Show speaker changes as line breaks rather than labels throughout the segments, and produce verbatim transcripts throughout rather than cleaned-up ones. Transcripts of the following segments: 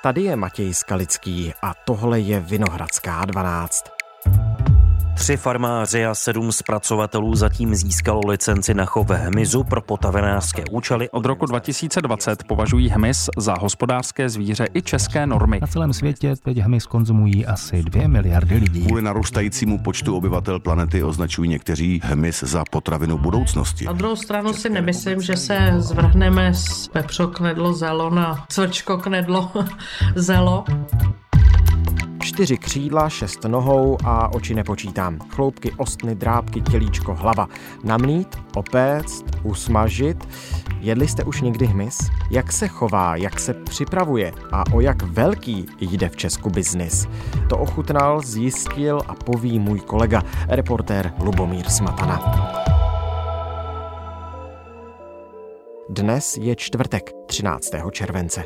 Tady je Matěj Skalický a tohle je Vinohradská dvanáct.
Tři farmáři a sedm zpracovatelů zatím získalo licenci na chov hmyzu pro potravinářské účely.
Od roku dva tisíce dvacet považují hmyz za hospodářské zvíře i české normy.
Na celém světě teď hmyz konzumují asi dvě miliardy lidí.
Kvůli narůstajícímu počtu obyvatel planety označují někteří hmyz za potravinu budoucnosti.
Na druhou stranu si nemyslím, že se zvrhneme z pepřoknedlo zelo na cvrčkoknedlo zelo.
Čtyři křídla, šest nohou a oči nepočítám. Chloupky, ostny, drápky, tělíčko, hlava. Namlít, opéct, usmažit. Jedli jste už někdy hmyz? Jak se chová, jak se připravuje a o jak velký jde v Česku biznis? To ochutnal, zjistil a poví můj kolega, reportér Lubomír Smatana. Dnes je čtvrtek, třináctého července.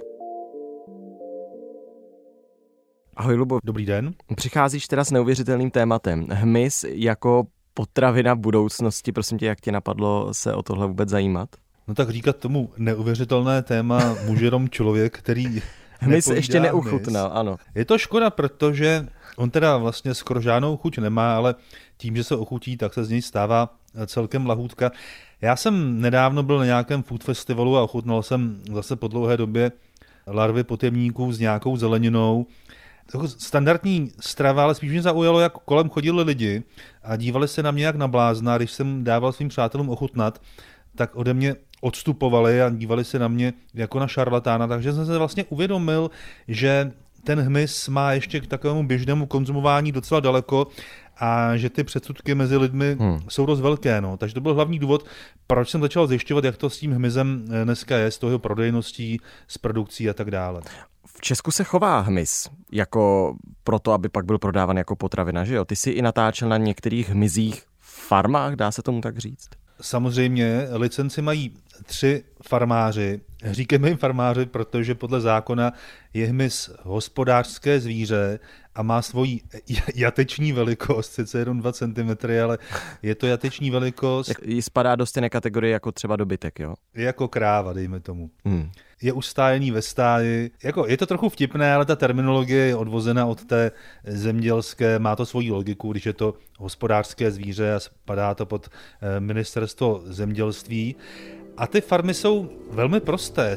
Ahoj, Lubo.
Dobrý den.
Přicházíš teda s neuvěřitelným tématem. Hmyz jako potravina budoucnosti. Prosím tě, jak tě napadlo se o tohle vůbec zajímat?
No tak říkat tomu neuvěřitelné téma může jenom člověk, který
hmyz ještě neuchutnal, hmyz. Ano.
Je to škoda, protože on teda vlastně skoro žádnou chuť nemá, ale tím, že se ochutí, tak se z něj stává celkem lahůdka. Já jsem nedávno byl na nějakém food festivalu a ochutnal jsem zase po dlouhé době larvy potemníků s nějakou zeleninou. Standardní strava, ale spíš mě zaujalo, jak kolem chodili lidi a dívali se na mě jak na blázna. Když jsem dával svým přátelům ochutnat, tak ode mě odstupovali a dívali se na mě jako na šarlatána, takže jsem se vlastně uvědomil, že ten hmyz má ještě k takovému běžnému konzumování docela daleko a že ty předsudky mezi lidmi hmm. jsou dost velké. No. Takže to byl hlavní důvod, proč jsem začal zjišťovat, jak to s tím hmyzem dneska je, s toho jeho prodejností, s produkcí a tak dále.
V Česku se chová hmyz jako proto, aby pak byl prodáván jako potravina, že jo? Ty jsi i natáčel na některých hmyzích farmách, dá se tomu tak říct?
Samozřejmě, licenci mají tři farmáři. Říkáme jim farmáři, protože podle zákona je hmyz hospodářské zvíře a má svoji jateční velikost, sice jenom dva centimetry, ale je to jateční velikost.
Jí spadá do stejné kategorie jako třeba dobytek, jo?
Je jako kráva, dejme tomu.
Hmm.
Je ustájený ve stáji. Jako, je to trochu vtipné, ale ta terminologie je odvozena od té zemědělské, má to svoji logiku, když je to hospodářské zvíře a spadá to pod ministerstvo zemědělství. A ty farmy jsou velmi prosté.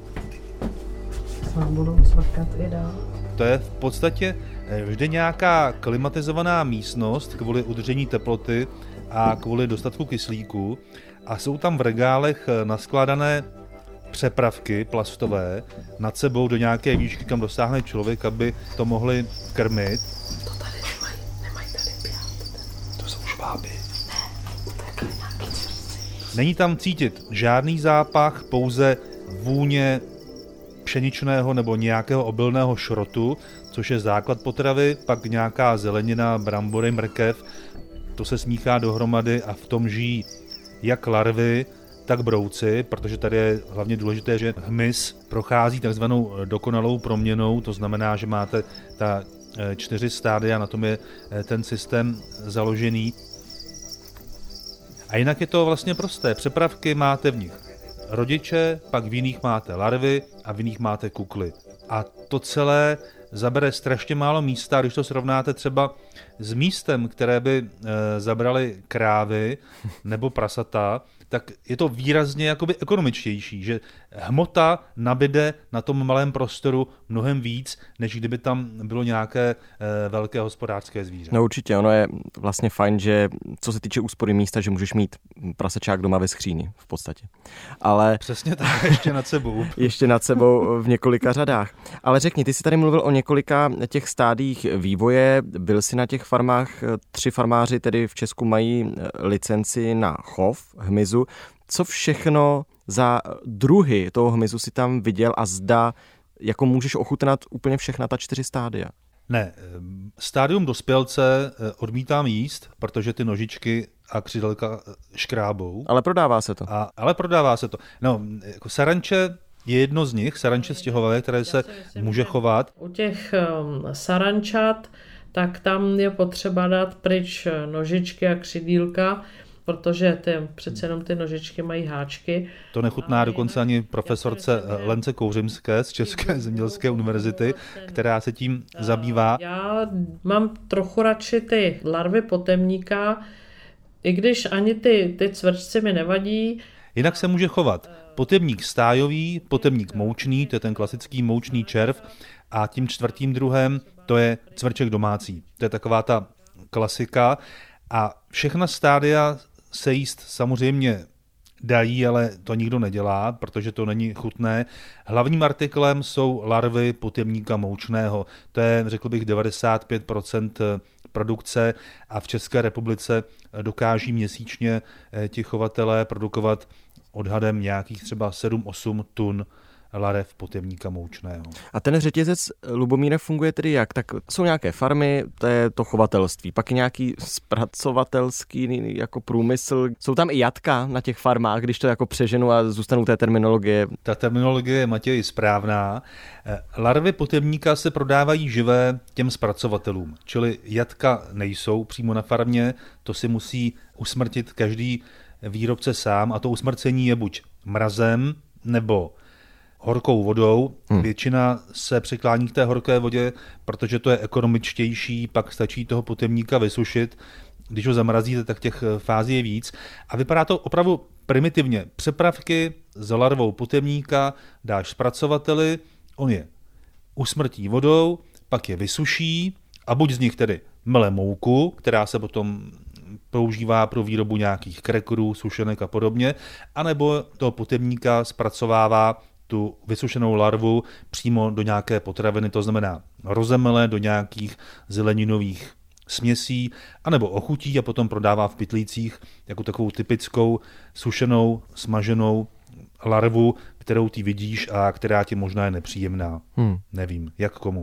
Budou cvrkat i dál.
To je v podstatě vždy nějaká klimatizovaná místnost kvůli udržení teploty a kvůli dostatku kyslíku a jsou tam v regálech naskládané přepravky plastové nad sebou do nějaké výšky, kam dosáhne člověk, aby to mohli krmit.
To tady nemají, nemají tady pět.
To jsou šváby.
Ne, to je nějaký cvrci.
Není tam cítit žádný zápach, pouze vůně pšeničného nebo nějakého obilného šrotu, což je základ potravy, pak nějaká zelenina, brambory, mrkev. To se smíchá dohromady a v tom žijí jak larvy, tak brouci, protože tady je hlavně důležité, že hmyz prochází takzvanou dokonalou proměnou, to znamená, že máte ta čtyři stádia, na tom je ten systém založený. A jinak je to vlastně prosté. Přepravky máte v nich rodiče, pak v jiných máte larvy a v jiných máte kukly. A to celé zabere strašně málo místa, když to srovnáte třeba s místem, které by e, zabrali krávy nebo prasata, tak je to výrazně jakoby ekonomičtější, že hmota nabyde na tom malém prostoru mnohem víc, než kdyby tam bylo nějaké e, velké hospodářské zvíře.
No určitě, ono je vlastně fajn, že co se týče úspory místa, že můžeš mít prasečák doma ve skříni v podstatě. Ale
přesně tak, ještě nad sebou.
ještě nad sebou v několika řadách. Ale řekni, ty jsi tady mluvil o několika těch stádích vývoje, byl jsi na těch farmách, tři farmáři tedy v Česku mají licenci na chov hmyzu. Co všechno za druhy toho hmyzu si tam viděl a zda jako můžeš ochutnat úplně všechna ta čtyři stádia?
Ne, stádium dospělce odmítám jíst, protože ty nožičky a křidelka škrábou.
Ale prodává se to.
A, ale prodává se to. No, jako saranče je jedno z nich, saranče stěhové, které se může chovat.
U těch sarančat, tak tam je potřeba dát pryč nožičky a křidílka. protože ty, přece jenom ty nožičky mají háčky.
To nechutná dokonce ani profesorce Lence Kouřimské z České zemědělské univerzity, která se tím zabývá.
Já mám trochu radši ty larvy potemníka, i když ani ty, ty cvrčci mi nevadí.
Jinak se může chovat potemník stájový, potemník moučný, to je ten klasický moučný červ, a tím čtvrtým druhem to je cvrček domácí. To je taková ta klasika a všechna stádia se jíst samozřejmě dají, ale to nikdo nedělá, protože to není chutné. Hlavním artiklem jsou larvy potemníka moučného. To je, řekl bych, devadesát pět procent produkce a v České republice dokáží měsíčně ti chovatelé produkovat odhadem nějakých třeba sedm osm tun larev potemníka moučného.
A ten řetězec, Lubomíre, funguje tedy jak? Tak jsou nějaké farmy, to je to chovatelství, pak je nějaký zpracovatelský jako průmysl. Jsou tam i jatka na těch farmách, když to jako přeženu a zůstanou té terminologie?
Ta terminologie je, Matěj, správná. Larvy potemníka se prodávají živé těm zpracovatelům, čili jatka nejsou přímo na farmě, to si musí usmrtit každý výrobce sám a to usmrcení je buď mrazem nebo horkou vodou. Hmm. Většina se přiklání k té horké vodě, protože to je ekonomičtější, pak stačí toho potemníka vysušit. Když ho zamrazíte, tak těch fází je víc. A vypadá to opravdu primitivně. Přepravky s larvou potemníka dáš zpracovateli, on je usmrtí vodou, pak je vysuší a buď z nich tedy mele mouku, která se potom používá pro výrobu nějakých krekerů, sušenek a podobně, anebo toho potemníka zpracovává tu vysušenou larvu přímo do nějaké potraviny, to znamená rozemele do nějakých zeleninových směsí, anebo ochutí a potom prodává v pytlících jako takovou typickou sušenou, smaženou larvu, kterou ty vidíš a která ti možná je nepříjemná. Hmm. Nevím, jak komu.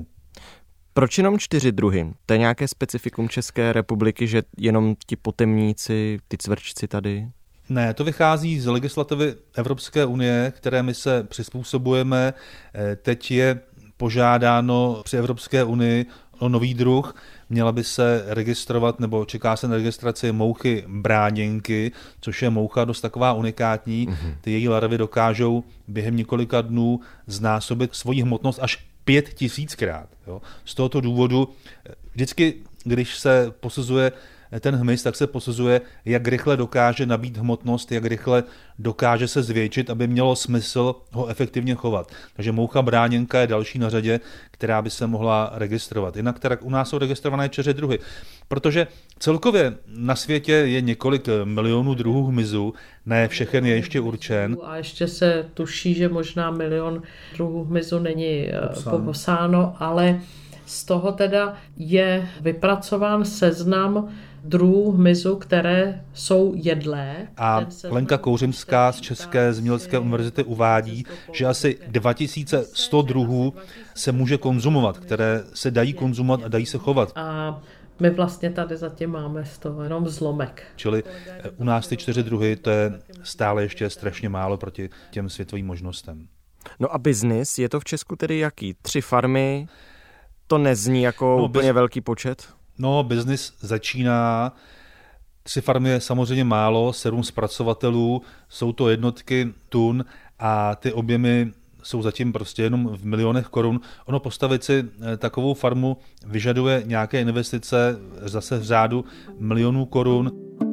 Proč jenom čtyři druhy? To je nějaké specifikum České republiky, že jenom ti potemníci, ty cvrčci tady?
Ne, to vychází z legislativy Evropské unie, které my se přizpůsobujeme. Teď je požádáno při Evropské unii o nový druh. Měla by se registrovat, nebo čeká se na registraci mouchy bráněnky, což je moucha dost taková unikátní. Ty její larvy dokážou během několika dnů znásobit svoji hmotnost až pět tisíckrát. Jo. Z tohoto důvodu vždycky, když se posuzuje ten hmyz, tak se posuzuje, jak rychle dokáže nabít hmotnost, jak rychle dokáže se zvětšit, aby mělo smysl ho efektivně chovat. Takže moucha bráněnka je další na řadě, která by se mohla registrovat. Jinak teda u nás jsou registrované čtyři druhy, protože celkově na světě je několik milionů druhů hmyzu, ne všechen je ještě určen.
A ještě se tuší, že možná milion druhů hmyzu není popsáno, ale z toho teda je vypracován seznam druhů hmyzu, které jsou jedlé.
A Lenka Kouřimská z České zemědělské univerzity uvádí, že asi dva tisíce sto druhů se může konzumovat, které se dají konzumovat a dají se chovat.
A my vlastně tady zatím máme z toho jenom zlomek.
Čili u nás ty čtyři druhy, to je stále ještě strašně málo proti těm světovým možnostem.
No a biznis, je to v Česku tedy jaký? Tři farmy? To nezní jako no, úplně biz... velký počet?
No, biznis začíná, tři farmy je samozřejmě málo, sedm zpracovatelů, jsou to jednotky tun a ty objemy jsou zatím prostě jenom v milionech korun. Ono postavit si takovou farmu vyžaduje nějaké investice zase v řádu milionů korun.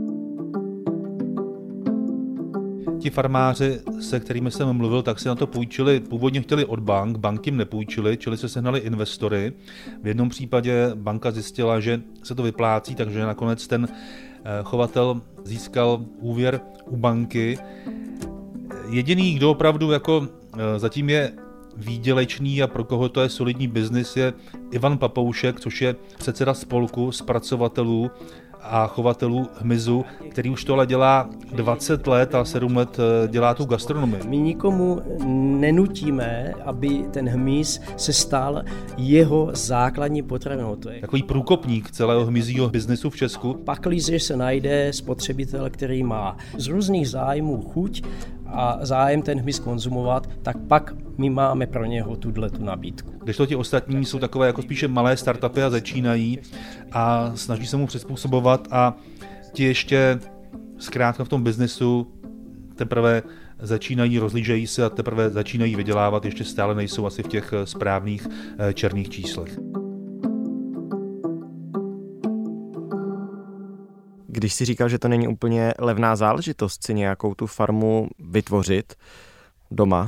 Ti farmáři, se kterými jsem mluvil, tak si na to půjčili, původně chtěli od bank, banky jim nepůjčili, čili se sehnali investory. V jednom případě banka zjistila, že se to vyplácí, takže nakonec ten chovatel získal úvěr u banky. Jediný, kdo opravdu jako zatím je výdělečný a pro koho to je solidní biznis, je Ivan Papoušek, což je předseda spolku zpracovatelů a chovatelů hmyzu, který už tohle dělá dvacet let a sedm let dělá tu gastronomii.
My nikomu nenutíme, aby ten hmyz se stal jeho základní potravinou. To je
takový průkopník celého hmyzího biznesu v Česku.
Pakliže se najde spotřebitel, který má z různých zájmů chuť a zájem ten hmyz konzumovat, tak pak my máme pro něho tuto nabídku.
Kdežto ti ostatní jsou takové jako spíše malé startupy a začínají a snaží se mu přizpůsobovat a ti ještě zkrátka v tom biznesu teprve začínají, rozlížejí se a teprve začínají vydělávat, ještě stále nejsou asi v těch správných černých číslech.
Když si říkal, že to není úplně levná záležitost si nějakou tu farmu vytvořit doma,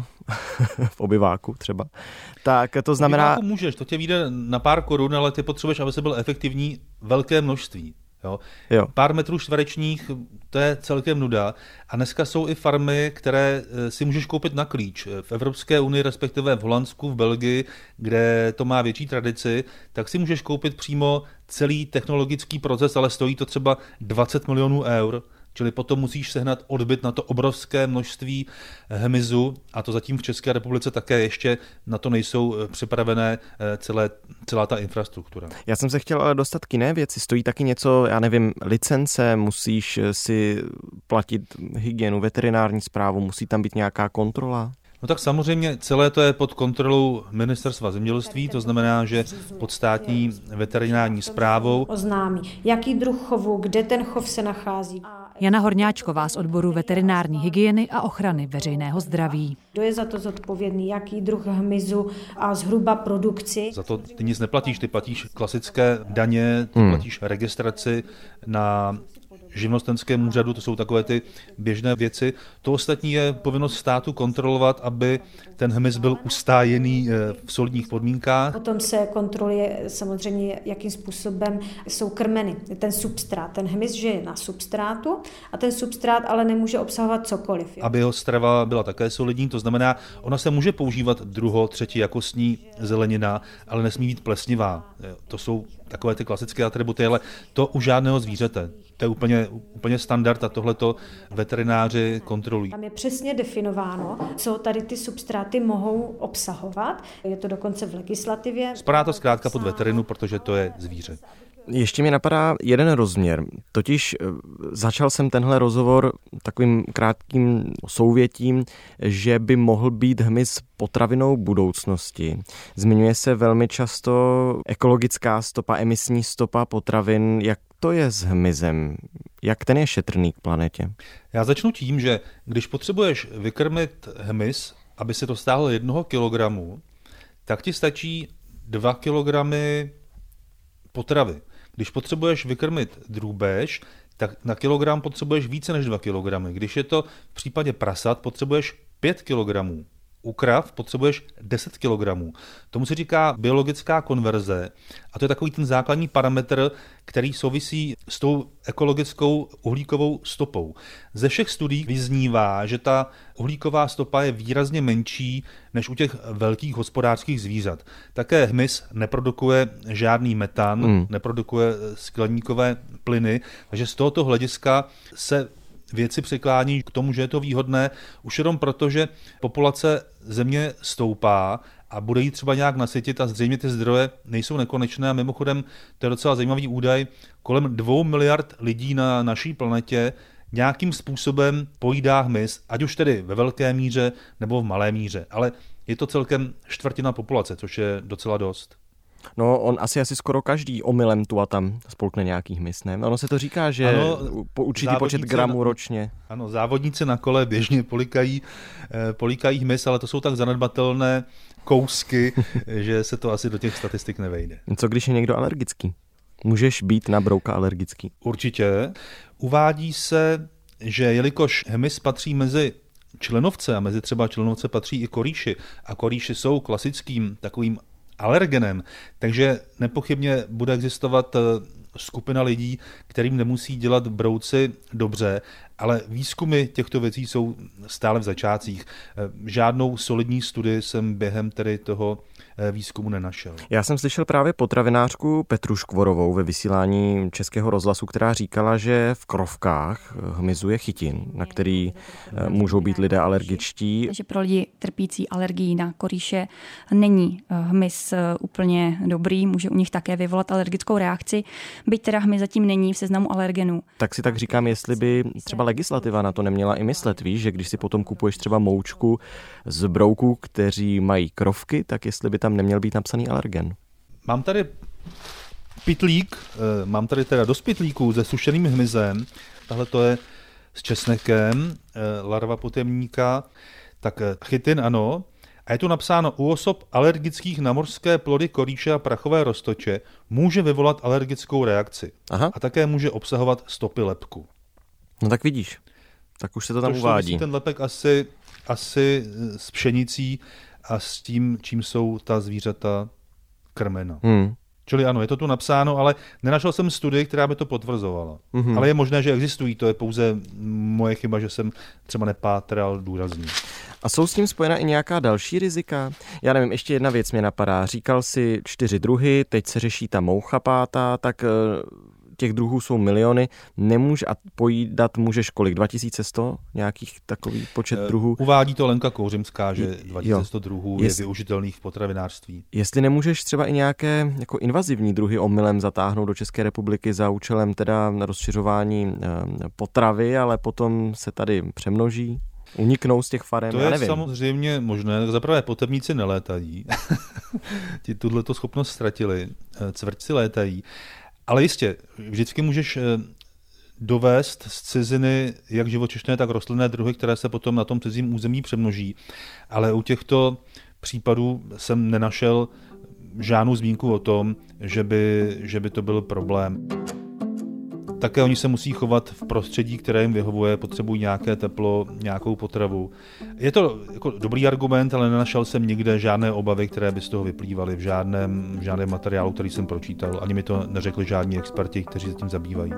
v obyváku třeba, tak to znamená... V
obyváku můžeš, to tě vyjde na pár korun, ale ty potřebuješ, aby se byl efektivní velké množství. Jo? Jo. Pár metrů čtverečních, to je celkem nuda. A dneska jsou i farmy, které si můžeš koupit na klíč. V Evropské unii, respektive v Holandsku, v Belgii, kde to má větší tradici, tak si můžeš koupit přímo celý technologický proces, ale stojí to třeba dvacet milionů eur. Čili potom musíš sehnat odbyt na to obrovské množství hmyzu a to zatím v České republice také ještě na to nejsou připravené celé, celá ta infrastruktura.
Já jsem se chtěl ale dostat k jiné věci. Stojí taky něco, já nevím, licence, musíš si platit hygienu, veterinární správu, musí tam být nějaká kontrola?
No tak samozřejmě celé to je pod kontrolou Ministerstva zemědělství, to znamená, že pod státní veterinární správou.
Oznámí, jaký druh chovu, kde ten chov se nachází.
Jana Horňáčková z odboru veterinární hygieny a ochrany veřejného zdraví.
Kdo je za to zodpovědný, jaký druh hmyzu a zhruba produkci.
Za to ty nic neplatíš, ty platíš klasické daně, ty hmm. platíš registraci na živnostenském úřadu, to jsou takové ty běžné věci. To ostatní je povinnost státu kontrolovat, aby ten hmyz byl ustájený v solidních podmínkách.
Potom se kontroluje samozřejmě, jakým způsobem jsou krmeny. Ten substrát, ten hmyz žije na substrátu a ten substrát ale nemůže obsahovat cokoliv. Jo?
Aby jeho strava byla také solidní, to znamená, ona se může používat druho, třetí jakostní zelenina, ale nesmí být plesnivá. To jsou takové ty klasické atributy, ale to u žádného zvířete. To je úplně, úplně standard a tohleto veterináři kontrolují.
Tam je přesně definováno, co tady ty substráty mohou obsahovat. Je to dokonce v legislativě.
Spadá to zkrátka pod veterinu, protože to je zvíře.
Ještě mi napadá jeden rozměr. Totiž začal jsem tenhle rozhovor takovým krátkým souvětím, že by mohl být hmyz potravinou budoucnosti. Zmiňuje se velmi často ekologická stopa, emisní stopa potravin. Jak to je s hmyzem? Jak ten je šetrný k planetě?
Já začnu tím, že když potřebuješ vykrmit hmyz, aby se dostáhl jednoho kilogramu, tak ti stačí dva kilogramy potravy. Když potřebuješ vykrmit drůbež, tak na kilogram potřebuješ více než dva kilogramy. Když je to v případě prasat, potřebuješ pět kilogramů. U krav potřebuješ deset kilogramů. Tomu se říká biologická konverze a to je takový ten základní parametr, který souvisí s tou ekologickou uhlíkovou stopou. Ze všech studií vyznívá, že ta uhlíková stopa je výrazně menší než u těch velkých hospodářských zvířat. Také hmyz neprodukuje žádný metan, hmm. neprodukuje skleníkové plyny, takže z tohoto hlediska se věci přiklání k tomu, že je to výhodné už jenom proto, že populace země stoupá a bude jí třeba nějak nasytit a zřejmě ty zdroje nejsou nekonečné a mimochodem to je docela zajímavý údaj, kolem dvou miliard lidí na naší planetě nějakým způsobem pojídá hmyz, ať už tedy ve velké míře nebo v malé míře, ale je to celkem čtvrtina populace, což je docela dost.
No, on asi asi skoro každý omylem tu a tam spolkne nějaký hmyz, ne? Ono se to říká, že ano, po určitý počet gramů na, ročně.
Ano, závodníci na kole běžně polikají, polikají hmyz, ale to jsou tak zanedbatelné kousky, že se to asi do těch statistik nevejde.
Co když je někdo alergický? Můžeš být na brouka alergický?
Určitě. Uvádí se, že jelikož hmyz patří mezi členovce a mezi třeba členovce patří i korýši a korýši jsou klasickým takovým alergenem, takže nepochybně bude existovat skupina lidí, kterým nemusí dělat brouci dobře, ale výzkumy těchto věcí jsou stále v začátcích. Žádnou solidní studii jsem během tedy toho výzkumu nenašel.
Já jsem slyšel právě potravinářku Petru Škvorovou ve vysílání Českého rozhlasu, která říkala, že v krovkách hmyzu je chytin, na který můžou být lidé alergičtí.
Že pro lidi trpící alergií na korýše není hmyz úplně dobrý, může u nich také vyvolat alergickou reakci, byť teda hmyz zatím není v seznamu alergenů.
Tak si tak říkám, jestli by třeba legislativa na to neměla i myslet, víš, že když si potom kupuješ třeba moučku z brouků, kteří mají krovky, tak jestli by tam neměl být napsaný alergen.
Mám tady pytlík, mám tady teda dost pytlíků se sušeným hmyzem. Tahle to je s česnekem, larva potemníka, tak chytin ano. A je tu napsáno, u osob alergických na mořské plody, korýše a prachové roztoče může vyvolat alergickou reakci.
Aha.
A také může obsahovat stopy lepku.
No tak vidíš, tak už se to tam
Tož
uvádí.
Ten lepek asi, asi s pšenicí a s tím, čím jsou ta zvířata krmena.
Hmm.
Čili ano, je to tu napsáno, ale nenašel jsem studii, která by to potvrzovala. Mm-hmm. Ale je možné, že existují, to je pouze moje chyba, že jsem třeba nepátral důrazně.
A jsou s tím spojena i nějaká další rizika? Já nevím, ještě jedna věc mě napadá. Říkal si čtyři druhy, teď se řeší ta moucha pátá, tak těch druhů jsou miliony. Nemůž a pojídat můžeš kolik? dva tisíce sto? Nějakých takový počet druhů?
Uvádí to Lenka Kouřimská, že dva tisíce sto druhů
Jest,
je využitelných v potravinářství.
Jestli nemůžeš třeba i nějaké jako invazivní druhy omylem zatáhnout do České republiky za účelem teda rozšiřování potravy, ale potom se tady přemnoží? Uniknou z těch farem,
to
já
je
nevím.
samozřejmě možné. Zaprvé potemníci nelétají. Ti tuto schopnost ztratili. Cvrčci létají. Ale jistě, vždycky můžeš dovést z ciziny jak živočišné, tak rostlinné druhy, které se potom na tom cizím území přemnoží. Ale u těchto případů jsem nenašel žádnou zmínku o tom, že by, že by to byl problém. Také oni se musí chovat v prostředí, které jim vyhovuje, potřebují nějaké teplo, nějakou potravu. Je to jako dobrý argument, ale nenašel jsem nikde žádné obavy, které by z toho vyplývaly v žádném, v žádném materiálu, který jsem pročítal. Ani mi to neřekli žádní experti, kteří se tím zabývají.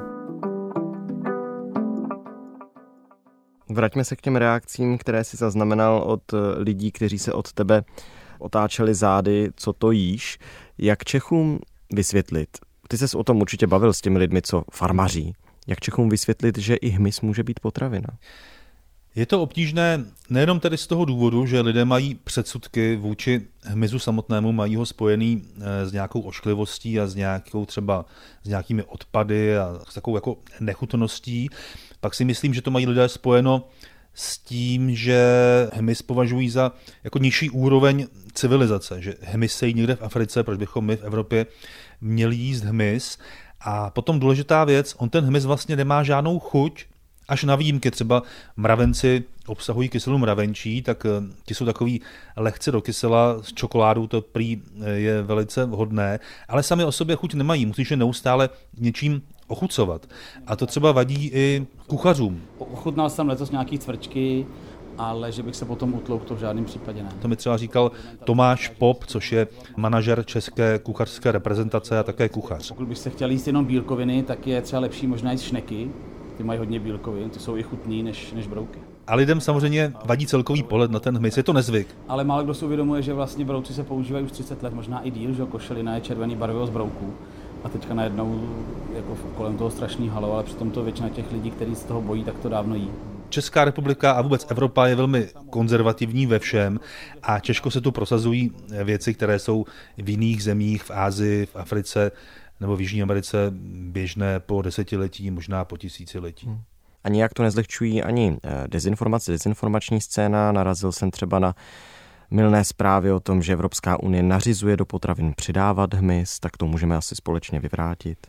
Vraťme se k těm reakcím, které si zaznamenal od lidí, kteří se od tebe otáčeli zády, co to jíš. Jak Čechům vysvětlit? Ty ses o tom určitě bavil s těmi lidmi, co farmaří. Jak Čechům vysvětlit, že i hmyz může být potravina?
Je to obtížné nejenom tedy z toho důvodu, že lidé mají předsudky vůči hmyzu samotnému, mají ho spojený s nějakou ošklivostí a s nějakou třeba s nějakými odpady a s takovou jako nechutností. Pak si myslím, že to mají lidé spojeno s tím, že hmyz považují za jako nižší úroveň civilizace, že hmyz se jí někde v Africe, proč bychom my v Evropě měli jíst hmyz. A potom důležitá věc, on ten hmyz vlastně nemá žádnou chuť, až na výjimky, třeba mravenci obsahují kyselinu mravenčí, tak ti jsou takový lehce do kysela, s čokoládou to prý je velice vhodné, ale sami o sobě chuť nemají, musíš je neustále něčím ochucovat. A to třeba vadí i kuchařům.
Ochutnal jsem letos nějaký cvrčky, ale že bych se potom utlouk, to v žádném případě ne.
To mi třeba říkal Tomáš Pop, což je manažer české kuchařské reprezentace a také kuchař.
Pokud bych se chtěl jíst jenom bílkoviny, tak je třeba lepší možná jíst šneky. Ty mají hodně bílkovin, ty jsou i chutný než, než brouky.
A lidem samozřejmě vadí celkový pohled na ten hmyz, je to nezvyk.
Ale málo kdo si uvědomuje, že vlastně brouci se používají už třicet let, možná i díl, že košelina je červený barvivo z brouků. A teďka najednou jako kolem toho strašný halo, ale přitom to většina těch lidí, kteří z toho bojí, tak to dávno jí.
Česká republika a vůbec Evropa je velmi konzervativní ve všem a těžko se tu prosazují věci, které jsou v jiných zemích, v Asii, v Africe nebo v Jižní Americe běžné po desetiletí, možná po tisíciletí. Hmm.
A nijak to nezlehčují ani dezinformace, dezinformační scéna. Narazil jsem třeba na mylné zprávy o tom, že Evropská unie nařizuje do potravin přidávat hmyz, tak to můžeme asi společně vyvrátit.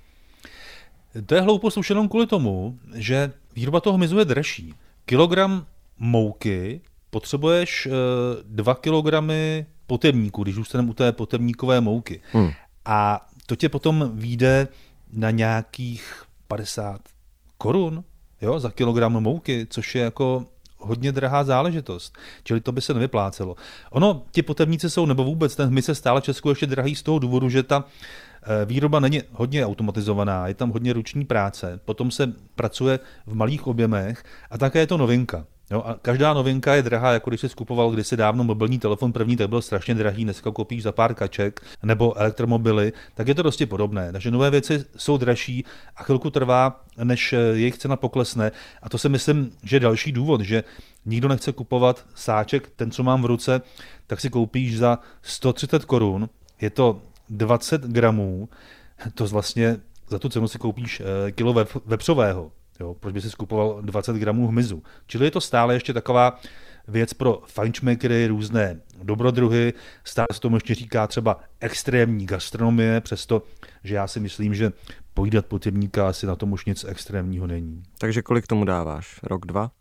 To je hloupost už jenom kvůli tomu, že výroba toho hmyzu je dražší. Kilogram mouky potřebuješ dva kilogramy potemníku, když zůstaneme u té potemníkové mouky. Hmm. A to tě potom vyjde na nějakých padesát korun, jo, za kilogram mouky, což je jako hodně drahá záležitost. Čili to by se nevyplácelo. Ono, ti potemníci jsou, nebo vůbec ten hmyz je stále v Česku ještě drahý z toho důvodu, že ta výroba není hodně automatizovaná, je tam hodně ruční práce, potom se pracuje v malých objemech a také je to novinka. Jo, a každá novinka je drahá, jako když jsi skupoval kdysi dávno mobilní telefon první, tak byl strašně drahý, dneska koupíš za pár kaček, nebo elektromobily, tak je to dosti podobné. Takže nové věci jsou dražší a chvilku trvá, než jejich cena poklesne. A to si myslím, že je další důvod, že nikdo nechce kupovat sáček, ten, co mám v ruce, tak si koupíš za sto třicet korun, je to dvacet gramů, to vlastně za tu cenu si koupíš kilo vepřového. Jo, proč by si skupoval dvacet gramů hmyzu? Čili je to stále ještě taková věc pro fajnšmekry, různé dobrodruhy, stále se tomu ještě říká třeba extrémní gastronomie, přesto, že já si myslím, že pojídat potybníka asi na tom už nic extrémního není.
Takže kolik tomu dáváš? Rok, dva?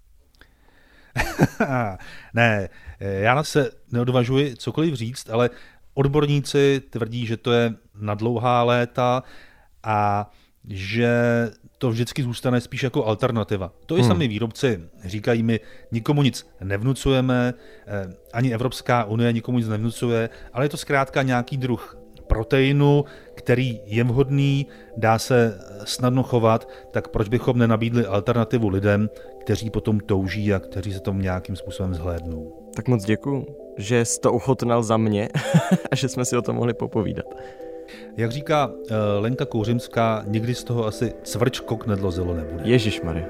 Ne, já se neodvažuji cokoliv říct, ale odborníci tvrdí, že to je na dlouhá léta a že to vždycky zůstane spíš jako alternativa. To i hmm. sami výrobci říkají, my nikomu nic nevnucujeme, ani Evropská unie nikomu nic nevnucuje, ale je to zkrátka nějaký druh proteinu, který je vhodný, dá se snadno chovat, tak proč bychom nenabídli alternativu lidem, kteří potom touží a kteří se tomu nějakým způsobem zhlédnou.
Tak moc děkuju, že jsi to uchotnal za mě a že jsme si o tom mohli popovídat.
Jak říká uh, Lenka Kouřimská, nikdy z toho asi cvrč kok nedlozilo nebude.
Ježišmarja.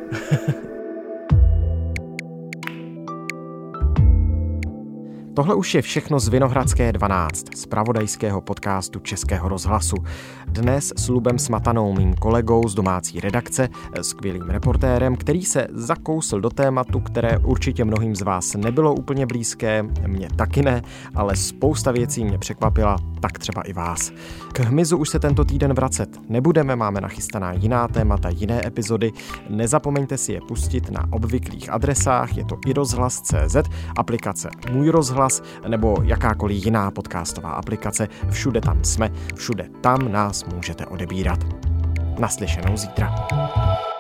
Tohle už je všechno z Vinohradské dvanáct, z zpravodajského podcastu Českého rozhlasu. Dnes s Lubem Smatanou, mým kolegou z domácí redakce, skvělým reportérem, který se zakousl do tématu, které určitě mnohým z vás nebylo úplně blízké, mě taky ne, ale spousta věcí mě překvapila, tak třeba i vás. K hmyzu už se tento týden vracet nebudeme, máme nachystaná jiná témata, jiné epizody. Nezapomeňte si je pustit na obvyklých adresách, je to i rozhlas tečka cé zet, aplikace Můj rozhlas, nebo jakákoliv jiná podcastová aplikace. Všude tam jsme, všude tam nás můžete odebírat. Naslyšenou zítra.